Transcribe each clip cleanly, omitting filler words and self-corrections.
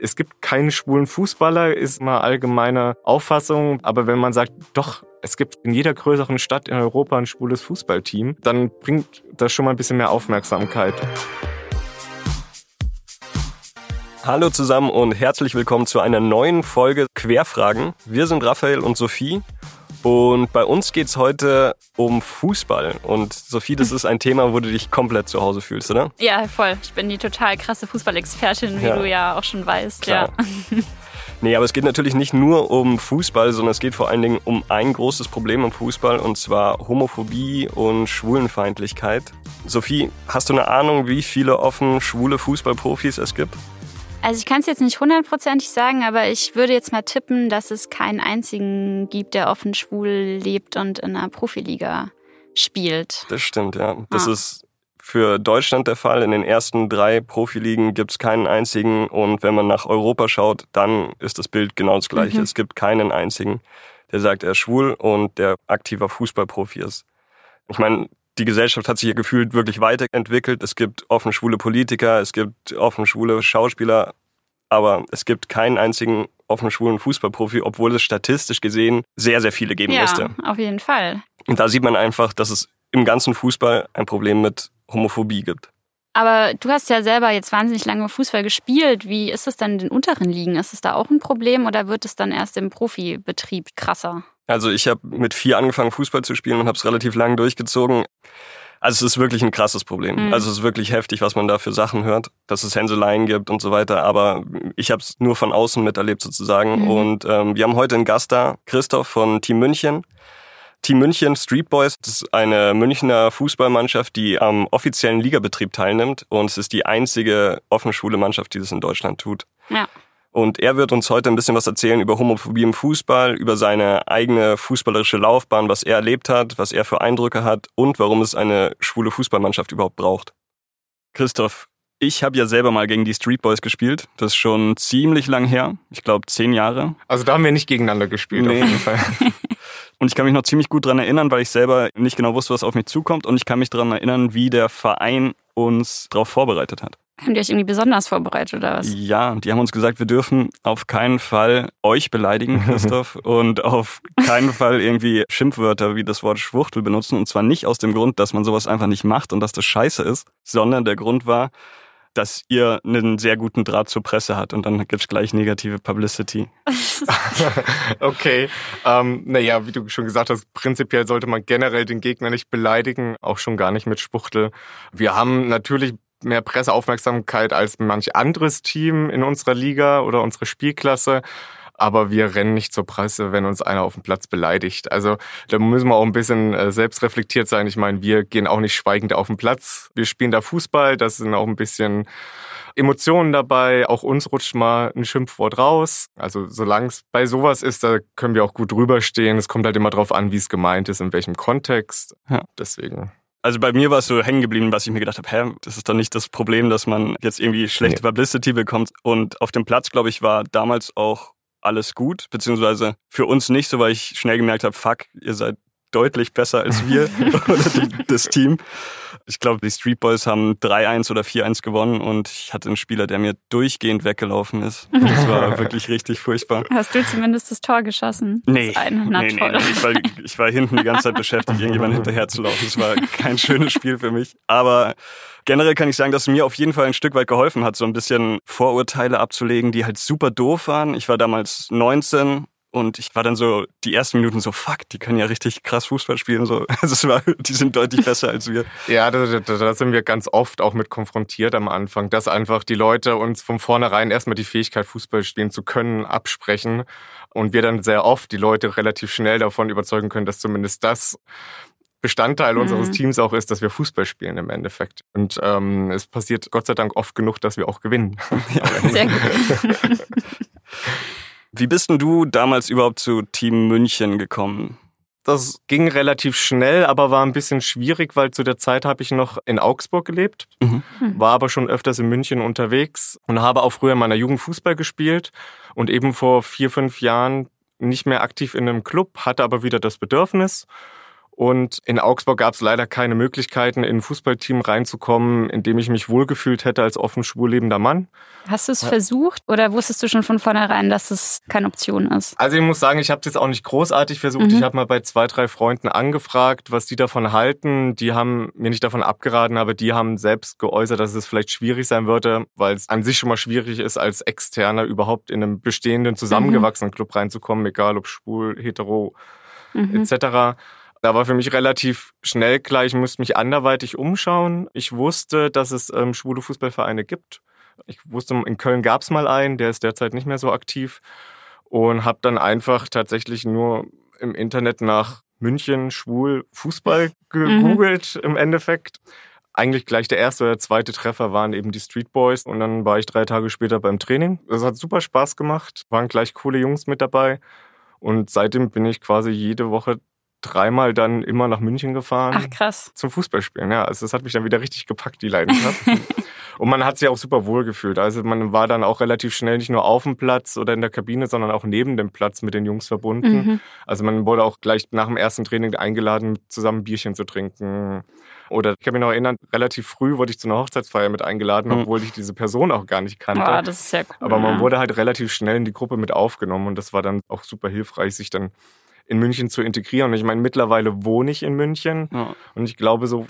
Es gibt keinen schwulen Fußballer, ist mal allgemeine Auffassung. Aber wenn man sagt, doch, es gibt in jeder größeren Stadt in Europa ein schwules Fußballteam, dann bringt das schon mal ein bisschen mehr Aufmerksamkeit. Hallo zusammen und herzlich willkommen zu einer neuen Folge Querfragen. Wir sind Raphael und Sophie und bei uns geht's heute um Fußball. Und Sophie, das ist ein Thema, wo du dich komplett zu Hause fühlst, oder? Ja, voll. Ich bin die total krasse Fußballexpertin, wie du ja auch schon weißt. Klar. Ja. Nee, aber es geht natürlich nicht nur um Fußball, sondern es geht vor allen Dingen um ein großes Problem im Fußball, und zwar Homophobie und Schwulenfeindlichkeit. Sophie, hast du eine Ahnung, wie viele offen schwule Fußballprofis es gibt? Also ich kann es jetzt nicht 100%ig sagen, aber ich würde jetzt mal tippen, dass es keinen einzigen gibt, der offen schwul lebt und in einer Profiliga spielt. Das stimmt, ja. Das ist für Deutschland der Fall. In den ersten 3 Profiligen gibt es keinen einzigen. Und wenn man nach Europa schaut, dann ist das Bild genau das gleiche. Es gibt keinen einzigen, der sagt, er ist schwul und der aktiver Fußballprofi ist. Ich meine, die Gesellschaft hat sich ja gefühlt wirklich weiterentwickelt. Es gibt offen schwule Politiker, es gibt offen schwule Schauspieler, aber es gibt keinen einzigen offen schwulen Fußballprofi, obwohl es statistisch gesehen sehr, sehr viele geben müsste. Ja, auf jeden Fall. Und da sieht man einfach, dass es im ganzen Fußball ein Problem mit Homophobie gibt. Aber du hast ja selber jetzt wahnsinnig lange Fußball gespielt. Wie ist es dann in den unteren Ligen? Ist es da auch ein Problem oder wird es dann erst im Profibetrieb krasser? Also ich habe mit 4 angefangen, Fußball zu spielen und habe es relativ lang durchgezogen. Also es ist wirklich ein krasses Problem. Also es ist wirklich heftig, was man da für Sachen hört, dass es Hänseleien gibt und so weiter. Aber ich habe es nur von außen miterlebt sozusagen. Und wir haben heute einen Gast da, Christoph von Team München. Team München Street Boys, das ist eine Münchner Fußballmannschaft, die am offiziellen Ligabetrieb teilnimmt. Und es ist die einzige offen schwule Mannschaft, die das in Deutschland tut. Ja. Und er wird uns heute ein bisschen was erzählen über Homophobie im Fußball, über seine eigene fußballerische Laufbahn, was er erlebt hat, was er für Eindrücke hat und warum es eine schwule Fußballmannschaft überhaupt braucht. Christoph, ich habe ja selber mal gegen die Street Boys gespielt. Das ist schon ziemlich lang her. Ich glaube 10 Jahre. Also da haben wir nicht gegeneinander gespielt, auf jeden Fall. Und ich kann mich noch ziemlich gut daran erinnern, weil ich selber nicht genau wusste, was auf mich zukommt. Und ich kann mich daran erinnern, wie der Verein uns darauf vorbereitet hat. Haben die euch irgendwie besonders vorbereitet oder was? Ja, die haben uns gesagt, wir dürfen auf keinen Fall euch beleidigen, Christoph, und auf keinen Fall irgendwie Schimpfwörter wie das Wort Schwuchtel benutzen. Und zwar nicht aus dem Grund, dass man sowas einfach nicht macht und dass das scheiße ist, sondern der Grund war, dass ihr einen sehr guten Draht zur Presse hat und dann gibt's gleich negative Publicity. Okay. Naja, wie du schon gesagt hast, prinzipiell sollte man generell den Gegner nicht beleidigen, auch schon gar nicht mit Schwuchtel. Wir haben natürlich mehr Presseaufmerksamkeit als manch anderes Team in unserer Liga oder unsere Spielklasse. Aber wir rennen nicht zur Presse, wenn uns einer auf dem Platz beleidigt. Also da müssen wir auch ein bisschen selbstreflektiert sein. Ich meine, wir gehen auch nicht schweigend auf den Platz. Wir spielen da Fußball, da sind auch ein bisschen Emotionen dabei. Auch uns rutscht mal ein Schimpfwort raus. Also solange es bei sowas ist, da können wir auch gut drüber stehen. Es kommt halt immer drauf an, wie es gemeint ist, in welchem Kontext. Ja, deswegen. Also bei mir war es so hängen geblieben, was ich mir gedacht habe, das ist doch nicht das Problem, dass man jetzt irgendwie schlechte Publicity bekommt. Und auf dem Platz, glaube ich, war damals auch alles gut, beziehungsweise für uns nicht so, weil ich schnell gemerkt habe, fuck, ihr seid deutlich besser als wir oder das Team. Ich glaube, die Street Boys haben 3-1 oder 4-1 gewonnen und ich hatte einen Spieler, der mir durchgehend weggelaufen ist. Das war wirklich richtig furchtbar. Hast du zumindest das Tor geschossen? Nee. Ich war hinten die ganze Zeit beschäftigt, irgendjemand hinterher zu laufen. Das war kein schönes Spiel für mich. Aber generell kann ich sagen, dass es mir auf jeden Fall ein Stück weit geholfen hat, so ein bisschen Vorurteile abzulegen, die halt super doof waren. Ich war damals 19 und ich war dann so die ersten Minuten so, fuck, die können ja richtig krass Fußball spielen. So. Also die sind deutlich besser als wir. Ja, da sind wir ganz oft auch mit konfrontiert am Anfang, dass einfach die Leute uns von vornherein erstmal die Fähigkeit, Fußball spielen zu können, absprechen. Und wir dann sehr oft die Leute relativ schnell davon überzeugen können, dass zumindest das Bestandteil unseres Teams auch ist, dass wir Fußball spielen im Endeffekt. Und es passiert Gott sei Dank oft genug, dass wir auch gewinnen. Sehr gut. Wie bist denn du damals überhaupt zu Team München gekommen? Das ging relativ schnell, aber war ein bisschen schwierig, weil zu der Zeit habe ich noch in Augsburg gelebt, war aber schon öfters in München unterwegs und habe auch früher in meiner Jugend Fußball gespielt und eben vor 4-5 Jahren nicht mehr aktiv in einem Club, hatte aber wieder das Bedürfnis. Und in Augsburg gab es leider keine Möglichkeiten, in ein Fußballteam reinzukommen, in dem ich mich wohlgefühlt hätte als offen schwul lebender Mann. Hast du es versucht oder wusstest du schon von vornherein, dass es keine Option ist? Also ich muss sagen, ich habe es jetzt auch nicht großartig versucht. Ich habe mal bei 2, 3 Freunden angefragt, was die davon halten. Die haben mir nicht davon abgeraten, aber die haben selbst geäußert, dass es vielleicht schwierig sein würde, weil es an sich schon mal schwierig ist, als Externer überhaupt in einem bestehenden, zusammengewachsenen Club reinzukommen, egal ob schwul, hetero etc. Da war für mich relativ schnell klar, ich musste mich anderweitig umschauen. Ich wusste, dass es schwule Fußballvereine gibt. Ich wusste, in Köln gab es mal einen, der ist derzeit nicht mehr so aktiv. Und habe dann einfach tatsächlich nur im Internet nach München schwul Fußball gegoogelt im Endeffekt. Eigentlich gleich der erste oder zweite Treffer waren eben die Street Boys. Und dann war ich 3 Tage später beim Training. Das hat super Spaß gemacht, waren gleich coole Jungs mit dabei. Und seitdem bin ich quasi jede Woche 3-mal dann immer nach München gefahren. Ach, krass. Zum Fußballspielen, ja. Also das hat mich dann wieder richtig gepackt, die Leidenschaft. Und man hat sich auch super wohl gefühlt. Also man war dann auch relativ schnell nicht nur auf dem Platz oder in der Kabine, sondern auch neben dem Platz mit den Jungs verbunden. Also man wurde auch gleich nach dem ersten Training eingeladen, zusammen ein Bierchen zu trinken. Oder ich kann mich noch erinnern, relativ früh wurde ich zu einer Hochzeitsfeier mit eingeladen, obwohl ich diese Person auch gar nicht kannte. Oh, das ist ja cool. Aber man wurde halt relativ schnell in die Gruppe mit aufgenommen und das war dann auch super hilfreich, sich dann in München zu integrieren. Und ich meine, mittlerweile wohne ich in München. Ja. Und ich glaube, so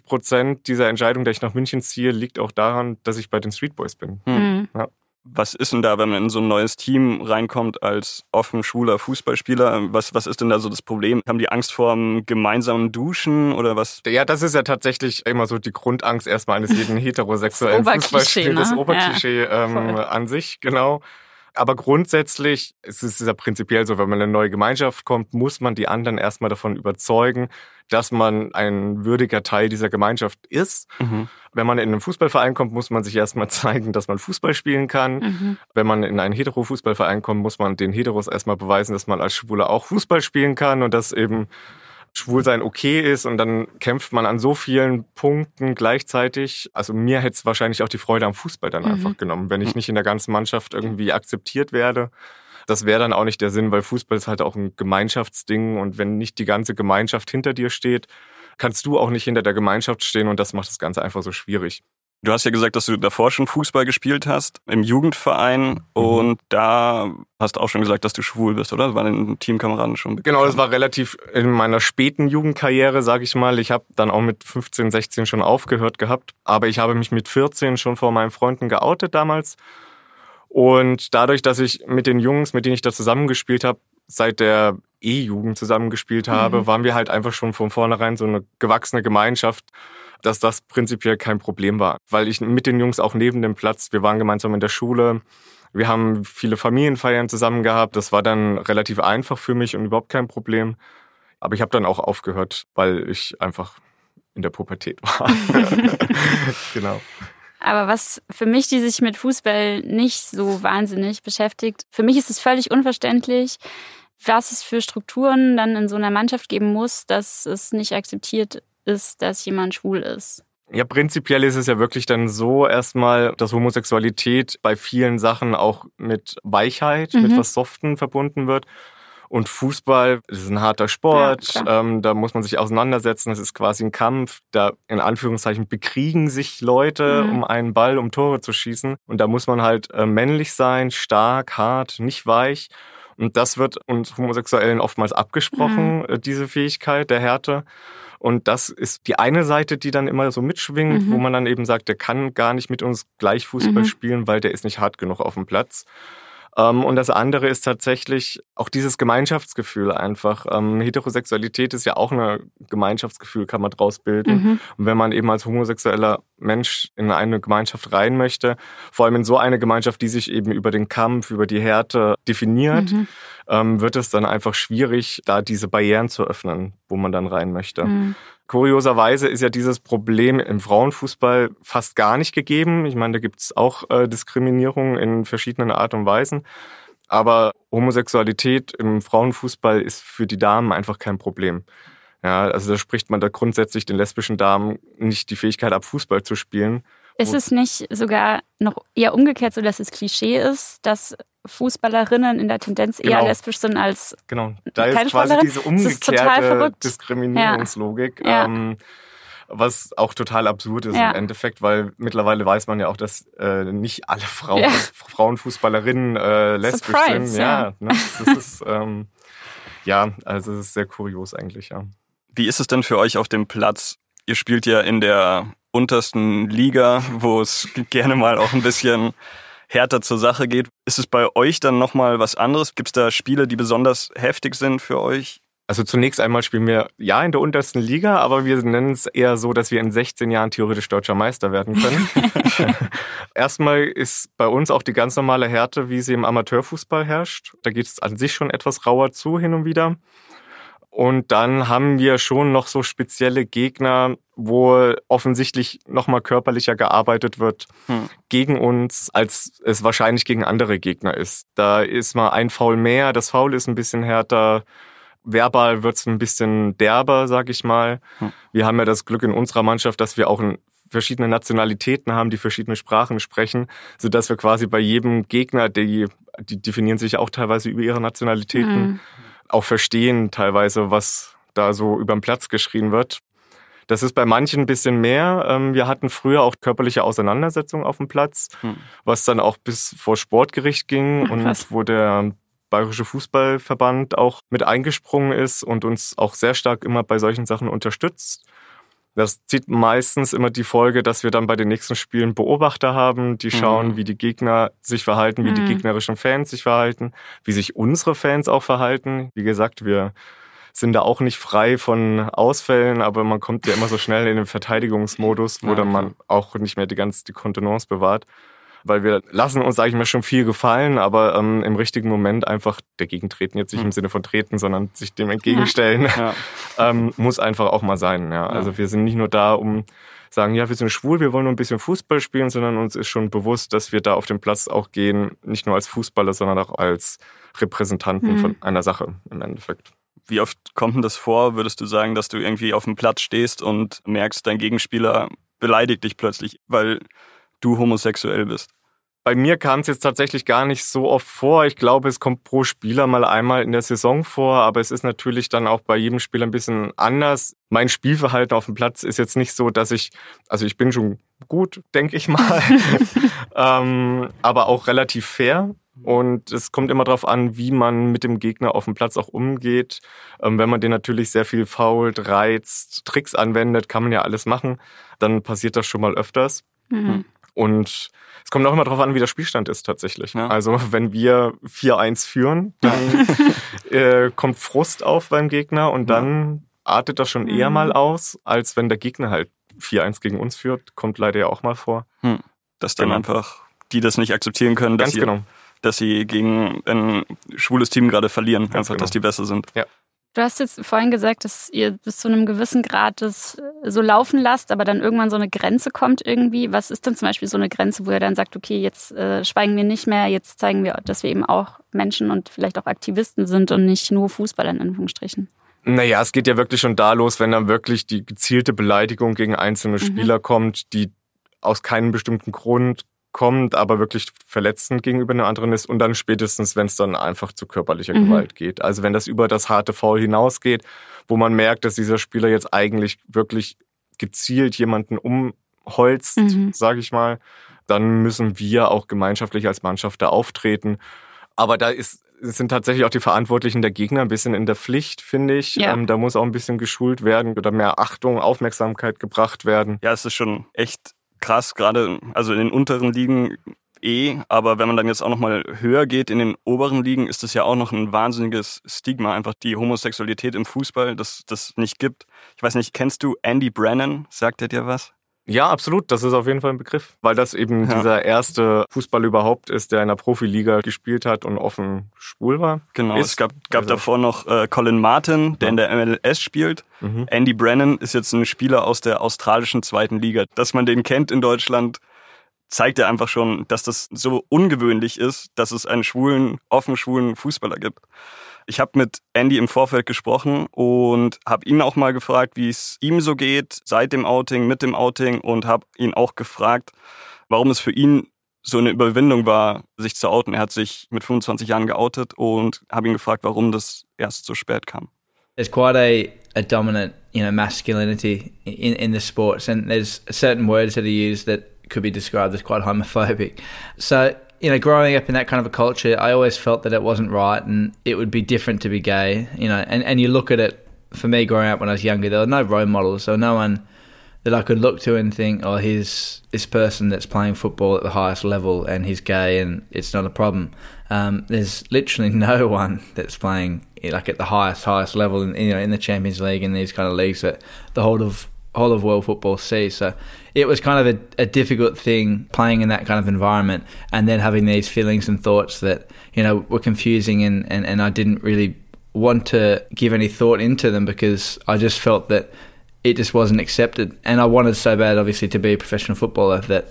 50% dieser Entscheidung, dass ich nach München ziehe, liegt auch daran, dass ich bei den Street Boys bin. Ja. Was ist denn da, wenn man in so ein neues Team reinkommt als offen schwuler Fußballspieler? Was ist denn da so das Problem? Haben die Angst vor einem gemeinsamen Duschen oder was? Ja, das ist ja tatsächlich immer so die Grundangst erstmal eines jeden heterosexuellen Fußballspielers. Das Oberklischee an sich, genau. Aber grundsätzlich ist es ja prinzipiell so, wenn man in eine neue Gemeinschaft kommt, muss man die anderen erstmal davon überzeugen, dass man ein würdiger Teil dieser Gemeinschaft ist. Wenn man in einen Fußballverein kommt, muss man sich erstmal zeigen, dass man Fußball spielen kann. Wenn man in einen Hetero-Fußballverein kommt, muss man den Heteros erstmal beweisen, dass man als Schwuler auch Fußball spielen kann und dass eben Schwulsein okay ist und dann kämpft man an so vielen Punkten gleichzeitig. Also mir hätte es wahrscheinlich auch die Freude am Fußball dann einfach genommen, wenn ich nicht in der ganzen Mannschaft irgendwie akzeptiert werde. Das wäre dann auch nicht der Sinn, weil Fußball ist halt auch ein Gemeinschaftsding und wenn nicht die ganze Gemeinschaft hinter dir steht, kannst du auch nicht hinter der Gemeinschaft stehen und das macht das Ganze einfach so schwierig. Du hast ja gesagt, dass du davor schon Fußball gespielt hast, im Jugendverein und da hast du auch schon gesagt, dass du schwul bist, oder? Das waren den Teamkameraden schon bekannt. Genau, das war relativ in meiner späten Jugendkarriere, sage ich mal. Ich habe dann auch mit 15, 16 schon aufgehört gehabt, aber ich habe mich mit 14 schon vor meinen Freunden geoutet damals und dadurch, dass ich mit den Jungs, mit denen ich da zusammengespielt habe, seit der E-Jugend zusammengespielt habe, waren wir halt einfach schon von vornherein so eine gewachsene Gemeinschaft, dass das prinzipiell kein Problem war. Weil ich mit den Jungs auch neben dem Platz, wir waren gemeinsam in der Schule, wir haben viele Familienfeiern zusammen gehabt. Das war dann relativ einfach für mich und überhaupt kein Problem. Aber ich habe dann auch aufgehört, weil ich einfach in der Pubertät war. Genau. Aber was für mich, die sich mit Fußball nicht so wahnsinnig beschäftigt, für mich ist es völlig unverständlich, was es für Strukturen dann in so einer Mannschaft geben muss, dass es nicht akzeptiert ist, dass jemand schwul ist. Ja, prinzipiell ist es ja wirklich dann so erstmal, dass Homosexualität bei vielen Sachen auch mit Weichheit, mit was Soften verbunden wird. Und Fußball, das ist ein harter Sport, ja, da muss man sich auseinandersetzen, das ist quasi ein Kampf. Da in Anführungszeichen bekriegen sich Leute um einen Ball, um Tore zu schießen. Und da muss man halt männlich sein, stark, hart, nicht weich. Und das wird uns Homosexuellen oftmals abgesprochen, diese Fähigkeit der Härte. Und das ist die eine Seite, die dann immer so mitschwingt, wo man dann eben sagt, der kann gar nicht mit uns gleich Fußball spielen, weil der ist nicht hart genug auf dem Platz. Und das andere ist tatsächlich auch dieses Gemeinschaftsgefühl einfach. Heterosexualität ist ja auch ein Gemeinschaftsgefühl, kann man draus bilden. Und wenn man eben als homosexueller Mensch in eine Gemeinschaft rein möchte, vor allem in so eine Gemeinschaft, die sich eben über den Kampf, über die Härte definiert, wird es dann einfach schwierig, da diese Barrieren zu öffnen, wo man dann rein möchte. Kurioserweise ist ja dieses Problem im Frauenfußball fast gar nicht gegeben. Ich meine, da gibt es auch Diskriminierung in verschiedenen Art und Weisen. Aber Homosexualität im Frauenfußball ist für die Damen einfach kein Problem. Ja, also da spricht man da grundsätzlich den lesbischen Damen nicht die Fähigkeit ab, Fußball zu spielen. Ist es nicht sogar noch eher umgekehrt so, dass es Klischee ist, dass Fußballerinnen in der Tendenz eher lesbisch sind als Genau, da keine ist quasi Sportlerin? diese umgekehrte Diskriminierungslogik, was auch total absurd ist im Endeffekt, weil mittlerweile weiß man ja auch, dass nicht alle Frauenfußballerinnen lesbisch sind. Ja, ne? Das ist, also es ist sehr kurios eigentlich, ja. Wie ist es denn für euch auf dem Platz? Ihr spielt ja in der untersten Liga, wo es gerne mal auch ein bisschen härter zur Sache geht. Ist es bei euch dann nochmal was anderes? Gibt es da Spiele, die besonders heftig sind für euch? Also zunächst einmal spielen wir in der untersten Liga, aber wir nennen es eher so, dass wir in 16 Jahren theoretisch deutscher Meister werden können. Erstmal ist bei uns auch die ganz normale Härte, wie sie im Amateurfußball herrscht. Da geht es an sich schon etwas rauer zu hin und wieder. Und dann haben wir schon noch so spezielle Gegner, wo offensichtlich nochmal körperlicher gearbeitet wird gegen uns, als es wahrscheinlich gegen andere Gegner ist. Da ist mal ein Foul mehr, das Foul ist ein bisschen härter, verbal wird es ein bisschen derber, sag ich mal. Wir haben ja das Glück in unserer Mannschaft, dass wir auch verschiedene Nationalitäten haben, die verschiedene Sprachen sprechen, sodass wir quasi bei jedem Gegner, die definieren sich auch teilweise über ihre Nationalitäten, auch verstehen teilweise, was da so über den Platz geschrien wird. Das ist bei manchen ein bisschen mehr. Wir hatten früher auch körperliche Auseinandersetzungen auf dem Platz, was dann auch bis vor Sportgericht ging und wo der Bayerische Fußballverband auch mit eingesprungen ist und uns auch sehr stark immer bei solchen Sachen unterstützt. Das zieht meistens immer die Folge, dass wir dann bei den nächsten Spielen Beobachter haben, die schauen, wie die Gegner sich verhalten, wie die gegnerischen Fans sich verhalten, wie sich unsere Fans auch verhalten. Wie gesagt, wir sind da auch nicht frei von Ausfällen, aber man kommt ja immer so schnell in den Verteidigungsmodus, wo dann man auch nicht mehr die Kontenance bewahrt. Weil wir lassen uns, sage ich mal, schon viel gefallen, aber im richtigen Moment einfach dagegen treten, jetzt nicht im Sinne von treten, sondern sich dem entgegenstellen, muss einfach auch mal sein. Ja. Also wir sind nicht nur da, um sagen, ja, wir sind schwul, wir wollen nur ein bisschen Fußball spielen, sondern uns ist schon bewusst, dass wir da auf den Platz auch gehen, nicht nur als Fußballer, sondern auch als Repräsentanten von einer Sache im Endeffekt. Wie oft kommt denn das vor, würdest du sagen, dass du irgendwie auf dem Platz stehst und merkst, dein Gegenspieler beleidigt dich plötzlich, weil du homosexuell bist? Bei mir kam es jetzt tatsächlich gar nicht so oft vor. Ich glaube, es kommt pro Spieler mal einmal in der Saison vor, aber es ist natürlich dann auch bei jedem Spieler ein bisschen anders. Mein Spielverhalten auf dem Platz ist jetzt nicht so, dass ich bin schon gut, denke ich mal, aber auch relativ fair. Und es kommt immer darauf an, wie man mit dem Gegner auf dem Platz auch umgeht. Wenn man den natürlich sehr viel fault, reizt, Tricks anwendet, kann man ja alles machen, dann passiert das schon mal öfters. Und es kommt auch immer darauf an, wie der Spielstand ist tatsächlich. Ja. Also wenn wir 4-1 führen, dann kommt Frust auf beim Gegner und dann artet das schon eher mal aus, als wenn der Gegner halt 4-1 gegen uns führt. Kommt leider ja auch mal vor. Dass dann einfach die das nicht akzeptieren können, dass sie gegen ein schwules Team gerade verlieren, dass die besser sind. Ja. Du hast jetzt vorhin gesagt, dass ihr bis zu einem gewissen Grad das so laufen lasst, aber dann irgendwann so eine Grenze kommt irgendwie. Was ist denn zum Beispiel so eine Grenze, wo ihr dann sagt, okay, jetzt schweigen wir nicht mehr, jetzt zeigen wir, dass wir eben auch Menschen und vielleicht auch Aktivisten sind und nicht nur Fußballer in Anführungsstrichen? Naja, es geht ja wirklich schon da los, wenn dann wirklich die gezielte Beleidigung gegen einzelne Spieler kommt, die aus keinem bestimmten Grund kommt, aber wirklich verletzend gegenüber einem anderen ist und dann spätestens, wenn es dann einfach zu körperlicher Gewalt geht. Also wenn das über das harte Foul hinausgeht, wo man merkt, dass dieser Spieler jetzt eigentlich wirklich gezielt jemanden umholzt, sage ich mal, dann müssen wir auch gemeinschaftlich als Mannschaft da auftreten. Aber da sind tatsächlich auch die Verantwortlichen der Gegner ein bisschen in der Pflicht, finde ich. Ja. Da muss auch ein bisschen geschult werden oder mehr Achtung, Aufmerksamkeit gebracht werden. Ja, es ist schon echt krass, gerade also in den unteren Ligen aber wenn man dann jetzt auch nochmal höher geht in den oberen Ligen, ist das ja auch noch ein wahnsinniges Stigma, einfach die Homosexualität im Fußball, dass das nicht gibt. Ich weiß nicht, kennst du Andy Brennan? Sagt er dir was? Ja, absolut. Das ist auf jeden Fall ein Begriff, weil das eben dieser erste Fußball überhaupt ist, der in der Profiliga gespielt hat und offen schwul war. Genau, es gab davor noch Colin Martin, der in der MLS spielt. Andy Brennan ist jetzt ein Spieler aus der australischen 2. Liga. Dass man den kennt in Deutschland, zeigt ja einfach schon, dass das so ungewöhnlich ist, dass es einen offen schwulen Fußballer gibt. Ich habe mit Andy im Vorfeld gesprochen und habe ihn auch mal gefragt, wie es ihm so geht seit dem Outing, mit dem Outing und habe ihn auch gefragt, warum es für ihn so eine Überwindung war, sich zu outen. Er hat sich mit 25 Jahren geoutet und habe ihn gefragt, warum das erst so spät kam. There's quite a dominant, masculinity in the sports, and there's certain words that are used that could be described as quite homophobic. So, growing up in that kind of a culture, I always felt that it wasn't right and it would be different to be gay, and you look at it, for me growing up when I was younger, there were no role models, so no one that I could look to and think, oh, here's this person that's playing football at the highest level and he's gay and it's not a problem. There's literally no one that's playing like at the highest level in the Champions League and these kind of leagues that the whole of world football sees. So it was kind of a difficult thing playing in that kind of environment and then having these feelings and thoughts that were confusing and I didn't really want to give any thought into them because I just felt that it just wasn't accepted. And I wanted so bad, obviously, to be a professional footballer that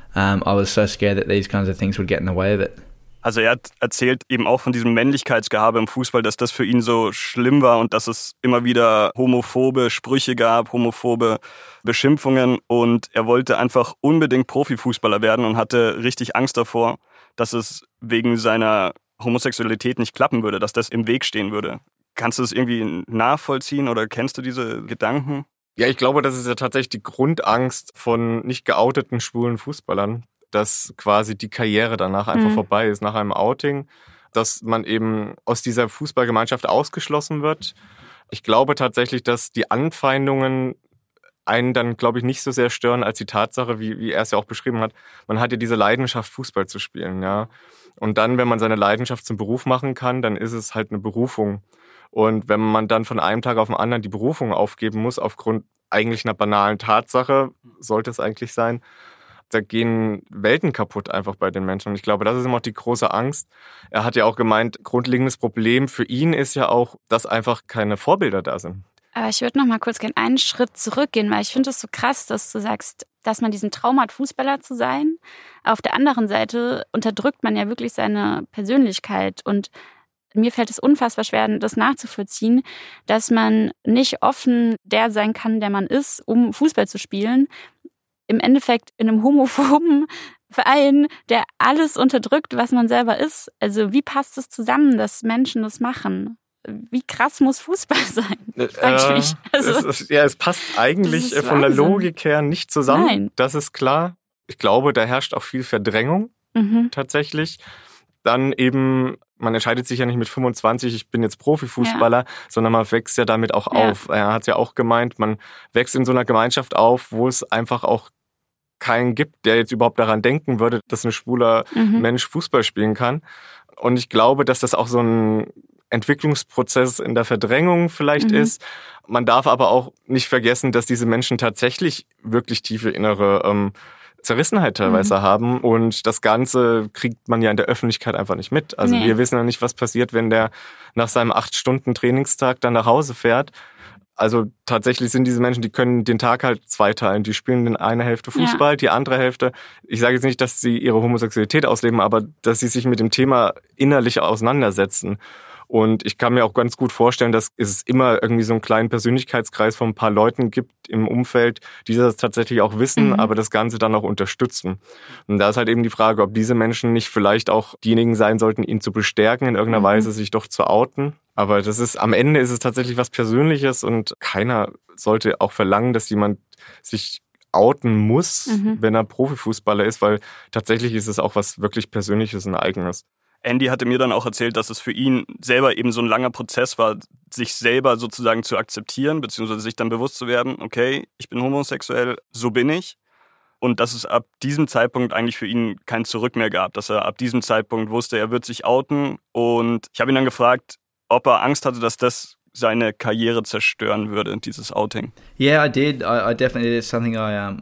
I was so scared that these kinds of things would get in the way of it. Also er hat erzählt eben auch von diesem Männlichkeitsgehabe im Fußball, dass das für ihn so schlimm war und dass es immer wieder homophobe Sprüche gab, homophobe Beschimpfungen und er wollte einfach unbedingt Profifußballer werden und hatte richtig Angst davor, dass es wegen seiner Homosexualität nicht klappen würde, dass das im Weg stehen würde. Kannst du das irgendwie nachvollziehen oder kennst du diese Gedanken? Ja, ich glaube, das ist ja tatsächlich die Grundangst von nicht geouteten schwulen Fußballern, dass quasi die Karriere danach einfach vorbei ist, nach einem Outing, dass man eben aus dieser Fußballgemeinschaft ausgeschlossen wird. Ich glaube tatsächlich, dass die Anfeindungen einen dann, glaube ich, nicht so sehr stören als die Tatsache, wie er es ja auch beschrieben hat, man hat ja diese Leidenschaft, Fußball zu spielen, ja. Und dann, wenn man seine Leidenschaft zum Beruf machen kann, dann ist es halt eine Berufung. Und wenn man dann von einem Tag auf den anderen die Berufung aufgeben muss, aufgrund eigentlich einer banalen Tatsache, sollte es eigentlich sein, da gehen Welten kaputt einfach bei den Menschen. Und ich glaube, das ist immer auch die große Angst. Er hat ja auch gemeint, grundlegendes Problem für ihn ist ja auch, dass einfach keine Vorbilder da sind. Aber ich würde noch mal kurz gerne einen Schritt zurückgehen, weil ich finde es so krass, dass du sagst, dass man diesen Traum hat, Fußballer zu sein. Auf der anderen Seite unterdrückt man ja wirklich seine Persönlichkeit und mir fällt es unfassbar schwer, das nachzuvollziehen, dass man nicht offen der sein kann, der man ist, um Fußball zu spielen. Im Endeffekt in einem homophoben Verein, der alles unterdrückt, was man selber ist. Also wie passt es zusammen, dass Menschen das machen? Wie krass muss Fußball sein? Frag ich mich. Also, es passt eigentlich von der Logik her nicht zusammen. Nein. Das ist klar. Ich glaube, da herrscht auch viel Verdrängung tatsächlich. Dann eben, man entscheidet sich ja nicht mit 25, ich bin jetzt Profifußballer, sondern man wächst ja damit auch auf. Er hat ja auch gemeint, man wächst in so einer Gemeinschaft auf, wo es einfach auch keinen gibt, der jetzt überhaupt daran denken würde, dass ein schwuler Mensch Fußball spielen kann. Und ich glaube, dass das auch so ein Entwicklungsprozess in der Verdrängung vielleicht ist. Man darf aber auch nicht vergessen, dass diese Menschen tatsächlich wirklich tiefe innere Zerrissenheit teilweise haben und das Ganze kriegt man ja in der Öffentlichkeit einfach nicht mit. Also wir wissen ja nicht, was passiert, wenn der nach seinem 8-Stunden-Trainingstag dann nach Hause fährt. Also tatsächlich sind diese Menschen, die können den Tag halt zweiteilen. Die spielen in einer Hälfte Fußball, die andere Hälfte, ich sage jetzt nicht, dass sie ihre Homosexualität ausleben, aber dass sie sich mit dem Thema innerlich auseinandersetzen. Und ich kann mir auch ganz gut vorstellen, dass es immer irgendwie so einen kleinen Persönlichkeitskreis von ein paar Leuten gibt im Umfeld, die das tatsächlich auch wissen, aber das Ganze dann auch unterstützen. Und da ist halt eben die Frage, ob diese Menschen nicht vielleicht auch diejenigen sein sollten, ihn zu bestärken, in irgendeiner Weise sich doch zu outen. Aber am Ende ist es tatsächlich was Persönliches und keiner sollte auch verlangen, dass jemand sich outen muss, wenn er Profifußballer ist, weil tatsächlich ist es auch was wirklich Persönliches und Eigenes. Andy hatte mir dann auch erzählt, dass es für ihn selber eben so ein langer Prozess war, sich selber sozusagen zu akzeptieren, beziehungsweise sich dann bewusst zu werden, okay, ich bin homosexuell, so bin ich. Und dass es ab diesem Zeitpunkt eigentlich für ihn kein Zurück mehr gab, dass er ab diesem Zeitpunkt wusste, er wird sich outen. Und ich habe ihn dann gefragt, ob er Angst hatte, dass das seine Karriere zerstören würde, dieses Outing. Yeah, I did. I definitely did. It's something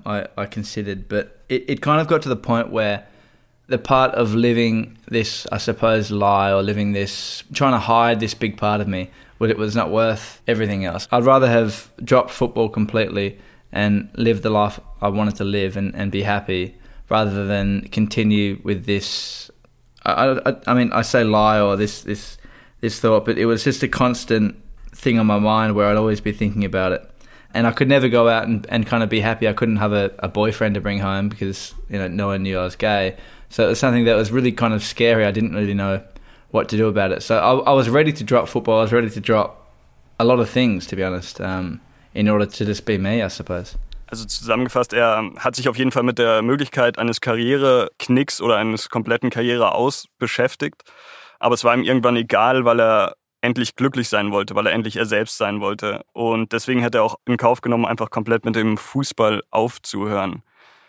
I considered. But it kind of got to the point where the part of living this, I suppose, lie or living this, trying to hide this big part of me, it was not worth everything else. I'd rather have dropped football completely and lived the life I wanted to live and be happy rather than continue with this, I mean, I say lie or this this thought, but it was just a constant thing on my mind where I'd always be thinking about it. And I could never go out and kind of be happy. I couldn't have a boyfriend to bring home because, no one knew I was gay. So it was something that was really kind of scary. I didn't really know what to do about it. So I was ready to drop football. I was ready to drop a lot of things, to be honest, in order to just be me, I suppose. Also zusammengefasst, er hat sich auf jeden Fall mit der Möglichkeit eines Karriereknicks oder eines kompletten Karriereaus beschäftigt. Aber es war ihm irgendwann egal, weil er endlich glücklich sein wollte, weil er endlich er selbst sein wollte. Und deswegen hat er auch in Kauf genommen, einfach komplett mit dem Fußball aufzuhören.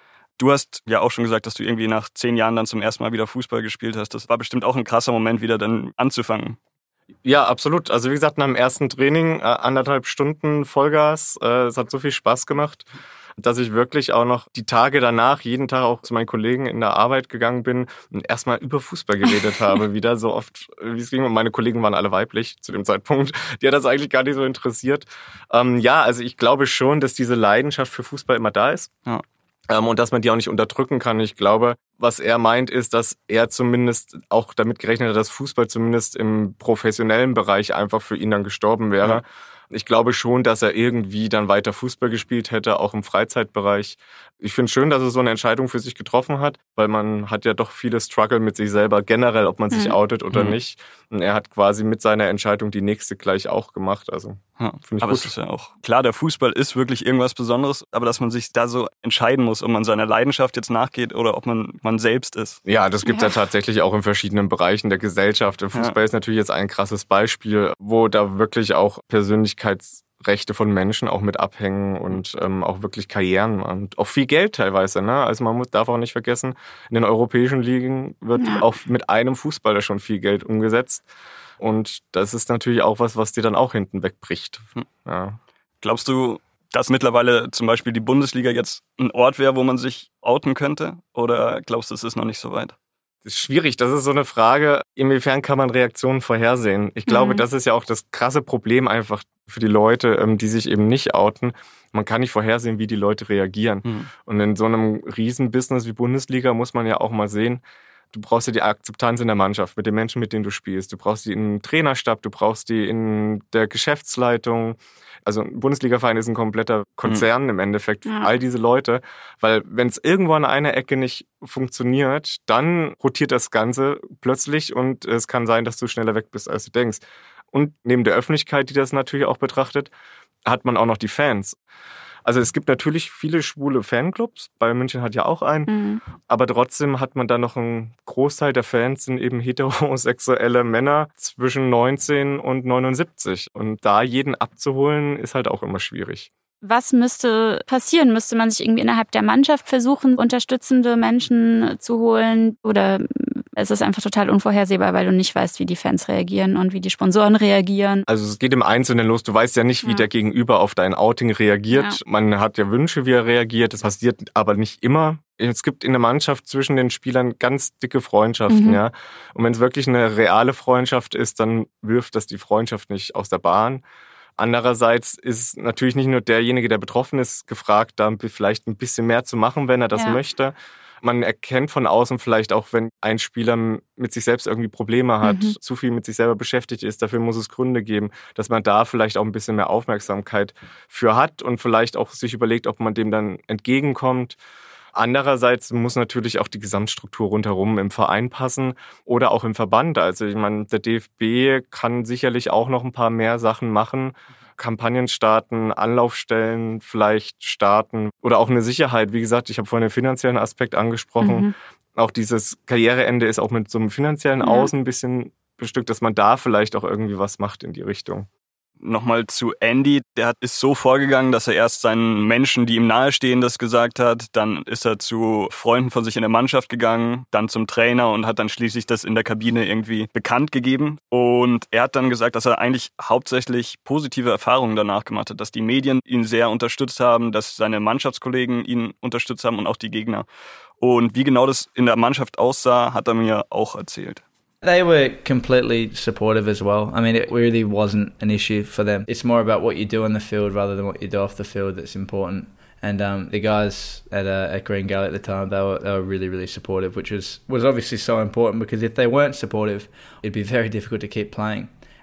Du hast ja auch schon gesagt, dass du irgendwie nach 10 Jahren dann zum ersten Mal wieder Fußball gespielt hast. Das war bestimmt auch ein krasser Moment, wieder dann anzufangen. Ja, absolut. Also wie gesagt, nach dem ersten Training 1,5 Stunden Vollgas. Es hat so viel Spaß gemacht, dass ich wirklich auch noch die Tage danach jeden Tag auch zu meinen Kollegen in der Arbeit gegangen bin und erstmal über Fußball geredet habe, wieder so oft, wie es ging. Und meine Kollegen waren alle weiblich zu dem Zeitpunkt. Die hat das eigentlich gar nicht so interessiert. Ja, also ich glaube schon, dass diese Leidenschaft für Fußball immer da ist. Ja. Und dass man die auch nicht unterdrücken kann. Ich glaube, was er meint, ist, dass er zumindest auch damit gerechnet hat, dass Fußball zumindest im professionellen Bereich einfach für ihn dann gestorben wäre. Ja. Ich glaube schon, dass er irgendwie dann weiter Fußball gespielt hätte, auch im Freizeitbereich. Ich finde es schön, dass er so eine Entscheidung für sich getroffen hat, weil man hat ja doch viele Struggle mit sich selber generell, ob man sich outet oder nicht. Und er hat quasi mit seiner Entscheidung die nächste gleich auch gemacht. Also finde ich aber gut. Es ist ja auch klar, der Fußball ist wirklich irgendwas Besonderes, aber dass man sich da so entscheiden muss, ob man seiner Leidenschaft jetzt nachgeht oder ob man selbst ist. Ja, das gibt es ja tatsächlich auch in verschiedenen Bereichen der Gesellschaft. Der Fußball ist natürlich jetzt ein krasses Beispiel, wo da wirklich auch Persönlichkeitsrechte von Menschen auch mit abhängen und auch wirklich Karrieren und auch viel Geld teilweise. Ne? Also man darf auch nicht vergessen, in den europäischen Ligen wird auch mit einem Fußballer schon viel Geld umgesetzt. Und das ist natürlich auch was dir dann auch hinten wegbricht. Ja. Glaubst du, dass mittlerweile zum Beispiel die Bundesliga jetzt ein Ort wäre, wo man sich outen könnte? Oder glaubst du, es ist noch nicht so weit? Das ist schwierig. Das ist so eine Frage, inwiefern kann man Reaktionen vorhersehen? Ich glaube, das ist ja auch das krasse Problem einfach für die Leute, die sich eben nicht outen. Man kann nicht vorhersehen, wie die Leute reagieren. Und in so einem Riesenbusiness wie Bundesliga muss man ja auch mal sehen, du brauchst ja die Akzeptanz in der Mannschaft, mit den Menschen, mit denen du spielst. Du brauchst die im Trainerstab, du brauchst die in der Geschäftsleitung. Also ein Bundesliga-Verein ist ein kompletter Konzern im Endeffekt, all diese Leute. Weil wenn es irgendwo an einer Ecke nicht funktioniert, dann rotiert das Ganze plötzlich und es kann sein, dass du schneller weg bist, als du denkst. Und neben der Öffentlichkeit, die das natürlich auch betrachtet, hat man auch noch die Fans. Also es gibt natürlich viele schwule Fanclubs, Bayern München hat ja auch einen, aber trotzdem hat man da noch einen Großteil der Fans sind eben heterosexuelle Männer zwischen 19 und 79 und da jeden abzuholen ist halt auch immer schwierig. Was müsste passieren? Müsste man sich irgendwie innerhalb der Mannschaft versuchen, unterstützende Menschen zu holen? Oder ist es einfach total unvorhersehbar, weil du nicht weißt, wie die Fans reagieren und wie die Sponsoren reagieren? Also es geht im Einzelnen los. Du weißt ja nicht, wie der Gegenüber auf dein Outing reagiert. Ja. Man hat ja Wünsche, wie er reagiert. Das passiert aber nicht immer. Es gibt in der Mannschaft zwischen den Spielern ganz dicke Freundschaften, ja. Und wenn es wirklich eine reale Freundschaft ist, dann wirft das die Freundschaft nicht aus der Bahn. Andererseits ist natürlich nicht nur derjenige, der betroffen ist, gefragt, da vielleicht ein bisschen mehr zu machen, wenn er das möchte. Man erkennt von außen vielleicht auch, wenn ein Spieler mit sich selbst irgendwie Probleme hat, zu viel mit sich selber beschäftigt ist, dafür muss es Gründe geben, dass man da vielleicht auch ein bisschen mehr Aufmerksamkeit für hat und vielleicht auch sich überlegt, ob man dem dann entgegenkommt. Andererseits muss natürlich auch die Gesamtstruktur rundherum im Verein passen oder auch im Verband. Also ich meine, der DFB kann sicherlich auch noch ein paar mehr Sachen machen. Kampagnen starten, Anlaufstellen vielleicht starten oder auch eine Sicherheit. Wie gesagt, ich habe vorhin den finanziellen Aspekt angesprochen. Auch dieses Karriereende ist auch mit so einem finanziellen Außen ein bisschen bestückt, dass man da vielleicht auch irgendwie was macht in die Richtung. Nochmal zu Andy, der ist so vorgegangen, dass er erst seinen Menschen, die ihm nahestehen, das gesagt hat. Dann ist er zu Freunden von sich in der Mannschaft gegangen, dann zum Trainer und hat dann schließlich das in der Kabine irgendwie bekannt gegeben. Und er hat dann gesagt, dass er eigentlich hauptsächlich positive Erfahrungen danach gemacht hat, dass die Medien ihn sehr unterstützt haben, dass seine Mannschaftskollegen ihn unterstützt haben und auch die Gegner. Und wie genau das in der Mannschaft aussah, hat er mir auch erzählt. They were completely supportive as well. I mean, it really wasn't an issue for them. It's more about what you do on the field rather than what you do off the field that's important. And the guys at Green Gully at the time, they were really, really supportive, which was obviously so important because if they weren't supportive, it'd be very difficult to keep playing.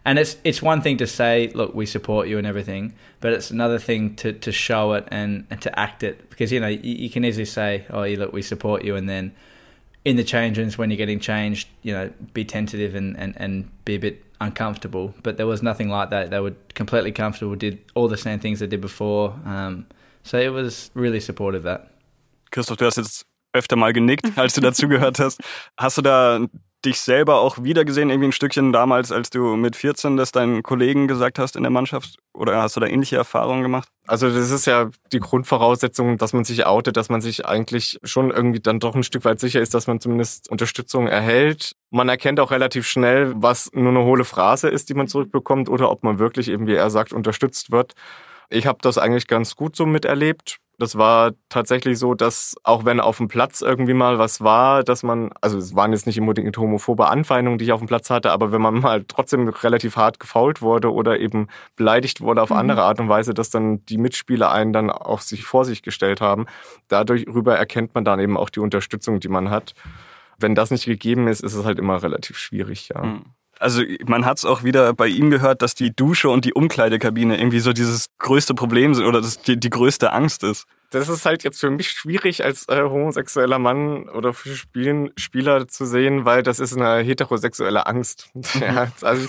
And it's one thing to say, look, we support you and everything, but it's another thing to show it and to act it. Because, you can easily say, oh, look, we support you, and then in the change rooms when you're getting changed, be tentative and be a bit uncomfortable. But there was nothing like that. They were completely comfortable, did all the same things they did before. So it was really supportive, that. Christoph, du hast jetzt öfter mal genickt, als du dazugehört hast. Hast du da dich selber auch wiedergesehen, irgendwie ein Stückchen damals, als du mit 14 das deinen Kollegen gesagt hast in der Mannschaft? Oder hast du da ähnliche Erfahrungen gemacht? Also das ist ja die Grundvoraussetzung, dass man sich outet, dass man sich eigentlich schon irgendwie dann doch ein Stück weit sicher ist, dass man zumindest Unterstützung erhält. Man erkennt auch relativ schnell, was nur eine hohle Phrase ist, die man zurückbekommt, oder ob man wirklich eben, wie er sagt, unterstützt wird. Ich habe das eigentlich ganz gut so miterlebt. Das war tatsächlich so, dass auch wenn auf dem Platz irgendwie mal was war, dass man, also es waren jetzt nicht unbedingt homophobe Anfeindungen, die ich auf dem Platz hatte, aber wenn man mal trotzdem relativ hart gefoult wurde oder eben beleidigt wurde auf andere Art und Weise, dass dann die Mitspieler einen dann auch sich vor sich gestellt haben, darüber erkennt man dann eben auch die Unterstützung, die man hat. Wenn das nicht gegeben ist, ist es halt immer relativ schwierig, ja. Also man hat es auch wieder bei ihm gehört, dass die Dusche und die Umkleidekabine irgendwie so dieses größte Problem sind oder das die größte Angst ist. Das ist halt jetzt für mich schwierig als homosexueller Mann oder für Spieler zu sehen, weil das ist eine heterosexuelle Angst. Ja, also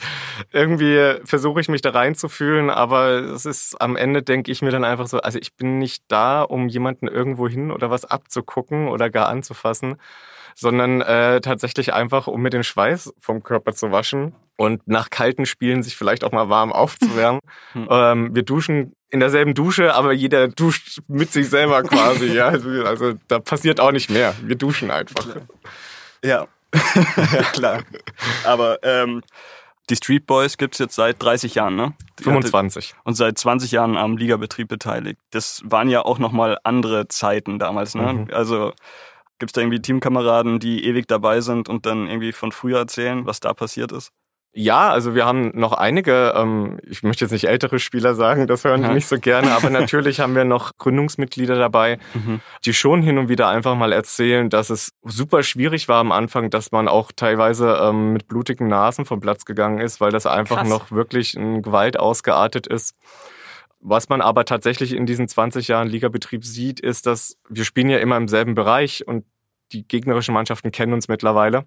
versuche ich mich da reinzufühlen, aber es ist am Ende, denke ich mir dann einfach so, also ich bin nicht da, um jemanden irgendwo hin oder was abzugucken oder gar anzufassen, sondern tatsächlich einfach, um mir den Schweiß vom Körper zu waschen und nach kalten Spielen sich vielleicht auch mal warm aufzuwärmen. Wir duschen in derselben Dusche, aber jeder duscht mit sich selber quasi. Ja, also da passiert auch nicht mehr. Wir duschen einfach. Ja, ja klar. Aber die Street Boys gibt's jetzt seit 30 Jahren, ne? 25. Und seit 20 Jahren am Ligabetrieb beteiligt. Das waren ja auch nochmal andere Zeiten damals, ne? Also gibt's da irgendwie Teamkameraden, die ewig dabei sind und dann irgendwie von früher erzählen, was da passiert ist? Ja, also wir haben noch einige, ich möchte jetzt nicht ältere Spieler sagen, das hören die nicht so gerne, aber natürlich haben wir noch Gründungsmitglieder dabei, die schon hin und wieder einfach mal erzählen, dass es super schwierig war am Anfang, dass man auch teilweise mit blutigen Nasen vom Platz gegangen ist, weil das einfach noch wirklich in Gewalt ausgeartet ist. Was man aber tatsächlich in diesen 20 Jahren Ligabetrieb sieht, ist, dass wir spielen ja immer im selben Bereich und die gegnerischen Mannschaften kennen uns mittlerweile.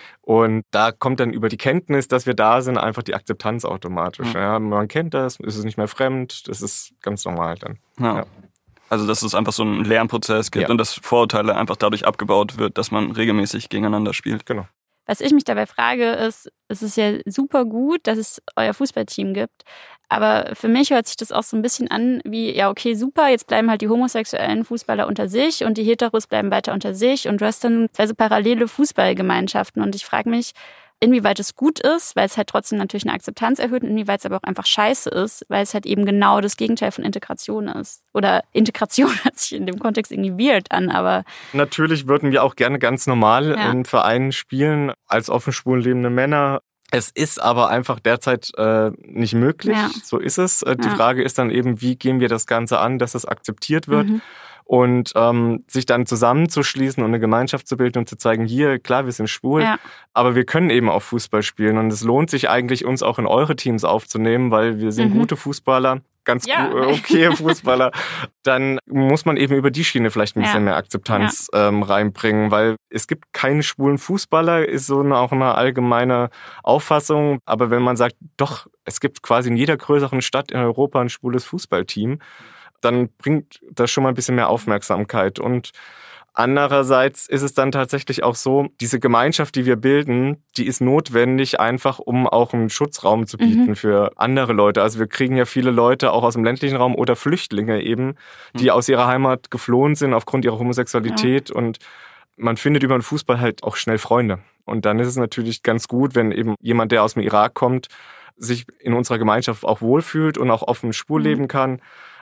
Und da kommt dann über die Kenntnis, dass wir da sind, einfach die Akzeptanz automatisch. Ja, man kennt das, ist es nicht mehr fremd, das ist ganz normal dann. Ja. Also dass es einfach so einen Lernprozess gibt und dass Vorurteile einfach dadurch abgebaut wird, dass man regelmäßig gegeneinander spielt. Genau. Was ich mich dabei frage, ist, es ist ja super gut, dass es euer Fußballteam gibt. Aber für mich hört sich das auch so ein bisschen an wie, ja okay, super, jetzt bleiben halt die homosexuellen Fußballer unter sich und die Heteros bleiben weiter unter sich und du hast dann zwei so parallele Fußballgemeinschaften und ich frage mich, inwieweit es gut ist, weil es halt trotzdem natürlich eine Akzeptanz erhöht und inwieweit es aber auch einfach scheiße ist, weil es halt eben genau das Gegenteil von Integration ist. Oder Integration hört sich in dem Kontext irgendwie weird an, aber... Natürlich würden wir auch gerne ganz normal in Vereinen spielen, als offen schwul lebende Männer. Es ist aber einfach derzeit nicht möglich, so ist es. Die Frage ist dann eben, wie gehen wir das Ganze an, dass es akzeptiert wird und sich dann zusammenzuschließen und eine Gemeinschaft zu bilden und zu zeigen, hier, klar, wir sind schwul, aber wir können eben auch Fußball spielen und es lohnt sich eigentlich, uns auch in eure Teams aufzunehmen, weil wir sind gute Fußballer, ganz okay Fußballer, dann muss man eben über die Schiene vielleicht ein bisschen mehr Akzeptanz reinbringen, weil es gibt keinen schwulen Fußballer, ist so auch eine allgemeine Auffassung. Aber wenn man sagt, doch, es gibt quasi in jeder größeren Stadt in Europa ein schwules Fußballteam, dann bringt das schon mal ein bisschen mehr Aufmerksamkeit. Und andererseits ist es dann tatsächlich auch so, diese Gemeinschaft, die wir bilden, die ist notwendig einfach, um auch einen Schutzraum zu bieten für andere Leute. Also wir kriegen ja viele Leute auch aus dem ländlichen Raum oder Flüchtlinge eben, die aus ihrer Heimat geflohen sind aufgrund ihrer Homosexualität und man findet über den Fußball halt auch schnell Freunde. Und dann ist es natürlich ganz gut, wenn eben jemand, der aus dem Irak kommt, sich in unserer Gemeinschaft auch wohlfühlt und auch offen schwul leben kann.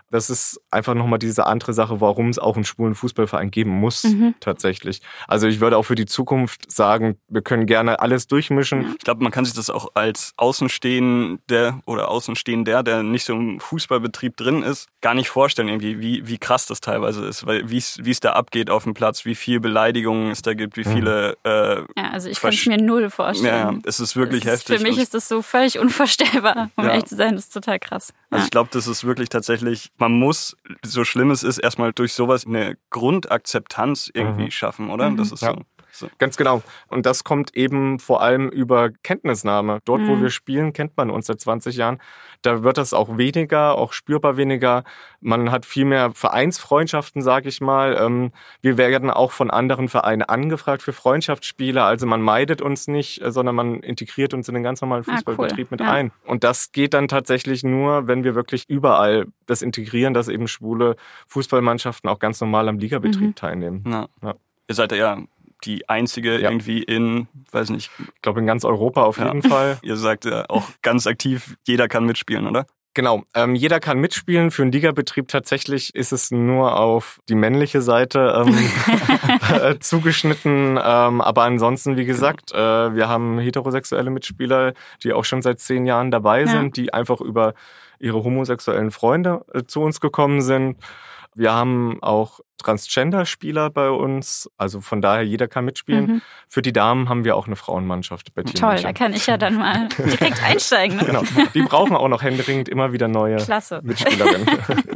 Das ist einfach nochmal diese andere Sache, warum es auch einen schwulen Fußballverein geben muss, tatsächlich. Also ich würde auch für die Zukunft sagen, wir können gerne alles durchmischen. Ich glaube, man kann sich das auch als Außenstehender, der nicht so im Fußballbetrieb drin ist, gar nicht vorstellen, irgendwie, wie krass das teilweise ist. Weil wie es da abgeht auf dem Platz, wie viel Beleidigungen es da gibt, wie viele... also ich kann es mir null vorstellen. Ja, es ist wirklich heftig. Für mich ist das so völlig unvorstellbar, um ehrlich zu sein. Das ist total krass. Also ich glaube, das ist wirklich tatsächlich, man muss, so schlimm es ist, erstmal durch sowas eine Grundakzeptanz irgendwie schaffen, oder? Das ist so. Ganz genau. Und das kommt eben vor allem über Kenntnisnahme. Dort, wo wir spielen, kennt man uns seit 20 Jahren. Da wird das auch weniger, auch spürbar weniger. Man hat viel mehr Vereinsfreundschaften, sage ich mal. Wir werden auch von anderen Vereinen angefragt für Freundschaftsspiele. Also man meidet uns nicht, sondern man integriert uns in den ganz normalen Fußballbetrieb mit ein. Und das geht dann tatsächlich nur, wenn wir wirklich überall das integrieren, dass eben schwule Fußballmannschaften auch ganz normal am Ligabetrieb teilnehmen. Ja. Ihr seid ja die einzige irgendwie in, weiß nicht. Ich glaube in ganz Europa auf jeden Fall. Ihr sagt ja auch ganz aktiv, jeder kann mitspielen, oder? Genau, jeder kann mitspielen. Für einen Ligabetrieb tatsächlich ist es nur auf die männliche Seite zugeschnitten. Aber ansonsten, wie gesagt, wir haben heterosexuelle Mitspieler, die auch schon seit 10 Jahren dabei sind, die einfach über ihre homosexuellen Freunde zu uns gekommen sind. Wir haben auch Transgender-Spieler bei uns, also von daher jeder kann mitspielen. Für die Damen haben wir auch eine Frauenmannschaft bei Team Toll, München. da kann ich ja dann mal direkt einsteigen. Ne? Genau, die brauchen auch noch händeringend immer wieder neue Mitspielerinnen.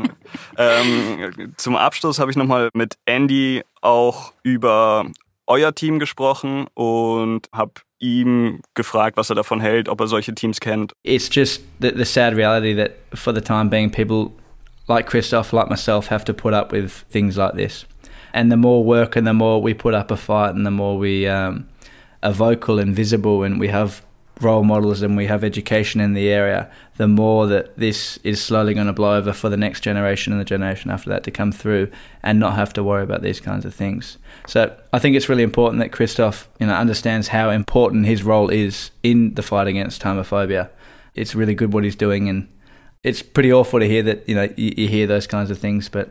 Zum Abschluss habe ich nochmal mit Andy auch über euer Team gesprochen und habe ihm gefragt, was er davon hält, ob er solche Teams kennt. It's just the sad reality that for the time being people like Christoph, like myself, have to put up with things like this. And the more work and the more we put up a fight and the more we are vocal and visible and we have role models and we have education in the area, the more that this is slowly going to blow over for the next generation and the generation after that to come through and not have to worry about these kinds of things. So I think it's really important that Christoph, understands how important his role is in the fight against homophobia. It's really good what he's doing, and it's pretty awful to hear that, you hear those kinds of things, but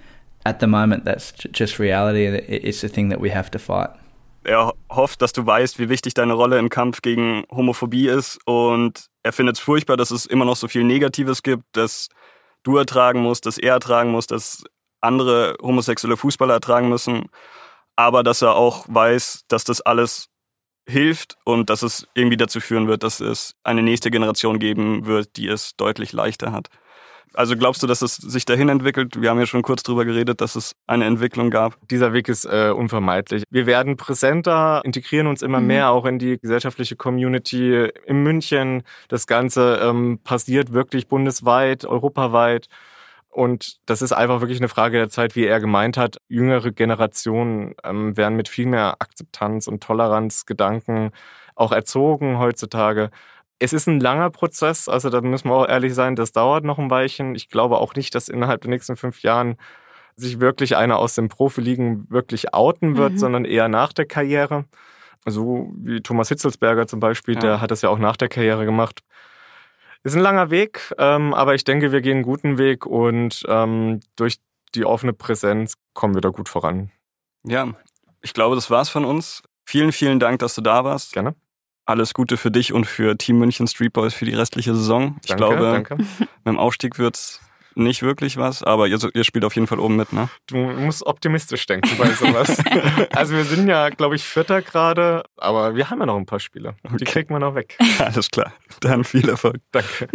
at the moment that's just reality and it's a thing that we have to fight. Er hofft, dass du weißt, wie wichtig deine Rolle im Kampf gegen Homophobie ist, und er findet es furchtbar, dass es immer noch so viel Negatives gibt, dass du ertragen musst, dass er ertragen muss, dass andere homosexuelle Fußballer ertragen müssen, aber dass er auch weiß, dass das alles hilft und dass es irgendwie dazu führen wird, dass es eine nächste Generation geben wird, die es deutlich leichter hat. Also glaubst du, dass es sich dahin entwickelt? Wir haben ja schon kurz drüber geredet, dass es eine Entwicklung gab. Dieser Weg ist unvermeidlich. Wir werden präsenter, integrieren uns immer mehr auch in die gesellschaftliche Community in München. Das Ganze passiert wirklich bundesweit, europaweit. Und das ist einfach wirklich eine Frage der Zeit, wie er gemeint hat. Jüngere Generationen werden mit viel mehr Akzeptanz und Toleranzgedanken auch erzogen heutzutage. Es ist ein langer Prozess, also da müssen wir auch ehrlich sein, das dauert noch ein Weilchen. Ich glaube auch nicht, dass innerhalb der nächsten 5 Jahren sich wirklich einer aus den Profiligen wirklich outen wird, sondern eher nach der Karriere. So wie Thomas Hitzelsberger zum Beispiel, der hat das ja auch nach der Karriere gemacht. Ist ein langer Weg, aber ich denke, wir gehen einen guten Weg und durch die offene Präsenz kommen wir da gut voran. Ja, ich glaube, das war's von uns. Vielen, vielen Dank, dass du da warst. Gerne. Alles Gute für dich und für Team München Street Boys für die restliche Saison. Ich glaube, mit dem Aufstieg wird's nicht wirklich was, aber ihr spielt auf jeden Fall oben mit, ne? Du musst optimistisch denken bei sowas. Also wir sind ja, glaube ich, Vierter gerade, aber wir haben ja noch ein paar Spiele. Die kriegt man noch weg. Alles klar. Dann viel Erfolg. Danke.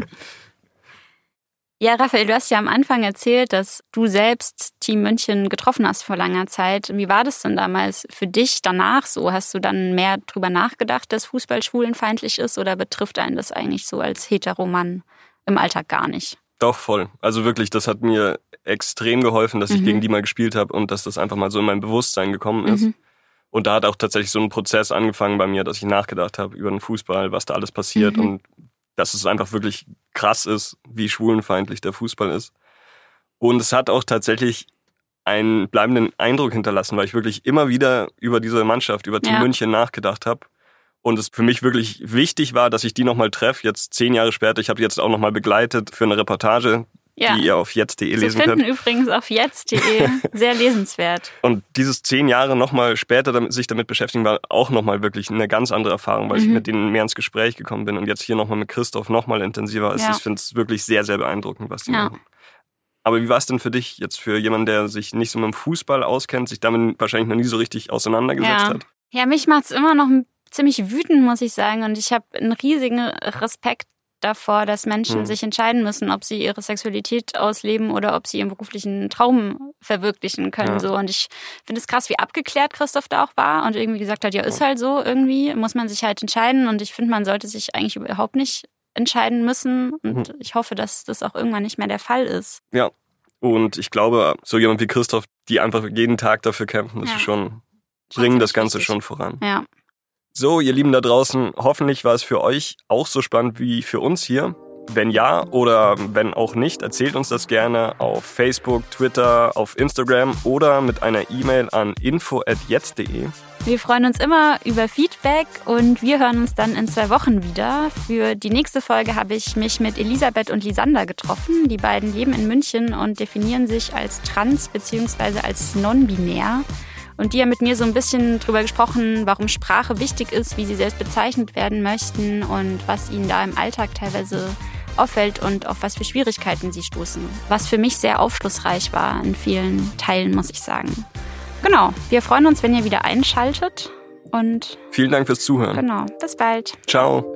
Ja, Raphael, du hast ja am Anfang erzählt, dass du selbst Team München getroffen hast vor langer Zeit. Wie war das denn damals für dich danach so? Hast du dann mehr drüber nachgedacht, dass Fußball schwulenfeindlich ist, oder betrifft einen das eigentlich so als Heteromann im Alltag gar nicht? Doch, voll. Also wirklich, das hat mir extrem geholfen, dass ich gegen die mal gespielt habe und dass das einfach mal so in mein Bewusstsein gekommen ist. Und da hat auch tatsächlich so ein Prozess angefangen bei mir, dass ich nachgedacht habe über den Fußball, was da alles passiert und dass es einfach wirklich krass ist, wie schwulenfeindlich der Fußball ist. Und es hat auch tatsächlich einen bleibenden Eindruck hinterlassen, weil ich wirklich immer wieder über diese Mannschaft, über Team München nachgedacht habe. Und es für mich wirklich wichtig war, dass ich die nochmal treffe, jetzt 10 Jahre später. Ich habe die jetzt auch nochmal begleitet für eine Reportage, Ja. die ihr auf jetzt.de lesen könnt. Zu könnt. finden übrigens auf jetzt.de. Sehr lesenswert. Und dieses 10 Jahre nochmal später sich damit beschäftigen, war auch nochmal wirklich eine ganz andere Erfahrung, weil ich mit denen mehr ins Gespräch gekommen bin und jetzt hier nochmal mit Christoph nochmal intensiver. Also ich finde es wirklich sehr, sehr beeindruckend, was die machen. Aber wie war es denn für dich jetzt, für jemanden, der sich nicht so mit dem Fußball auskennt, sich damit wahrscheinlich noch nie so richtig auseinandergesetzt hat? Ja, mich macht es immer noch ziemlich wütend, muss ich sagen. Und ich habe einen riesigen Respekt davor, dass Menschen sich entscheiden müssen, ob sie ihre Sexualität ausleben oder ob sie ihren beruflichen Traum verwirklichen können. Ja. So. Und ich finde es krass, wie abgeklärt Christoph da auch war und irgendwie gesagt hat, ja, ist halt so, irgendwie muss man sich halt entscheiden. Und ich finde, man sollte sich eigentlich überhaupt nicht entscheiden müssen. Und ich hoffe, dass das auch irgendwann nicht mehr der Fall ist. Ja, und ich glaube, so jemand wie Christoph, die einfach jeden Tag dafür kämpfen, das ist schon bringen das Ganze schon voran. Ja. So, ihr Lieben da draußen, hoffentlich war es für euch auch so spannend wie für uns hier. Wenn ja oder wenn auch nicht, erzählt uns das gerne auf Facebook, Twitter, auf Instagram oder mit einer E-Mail an info@jetzt.de. Wir freuen uns immer über Feedback und wir hören uns dann in 2 Wochen wieder. Für die nächste Folge habe ich mich mit Elisabeth und Lisander getroffen. Die beiden leben in München und definieren sich als trans bzw. als non-binär. Und die haben mit mir so ein bisschen drüber gesprochen, warum Sprache wichtig ist, wie sie selbst bezeichnet werden möchten und was ihnen da im Alltag teilweise auffällt und auf was für Schwierigkeiten sie stoßen. Was für mich sehr aufschlussreich war in vielen Teilen, muss ich sagen. Genau, wir freuen uns, wenn ihr wieder einschaltet und vielen Dank fürs Zuhören. Genau, bis bald. Ciao.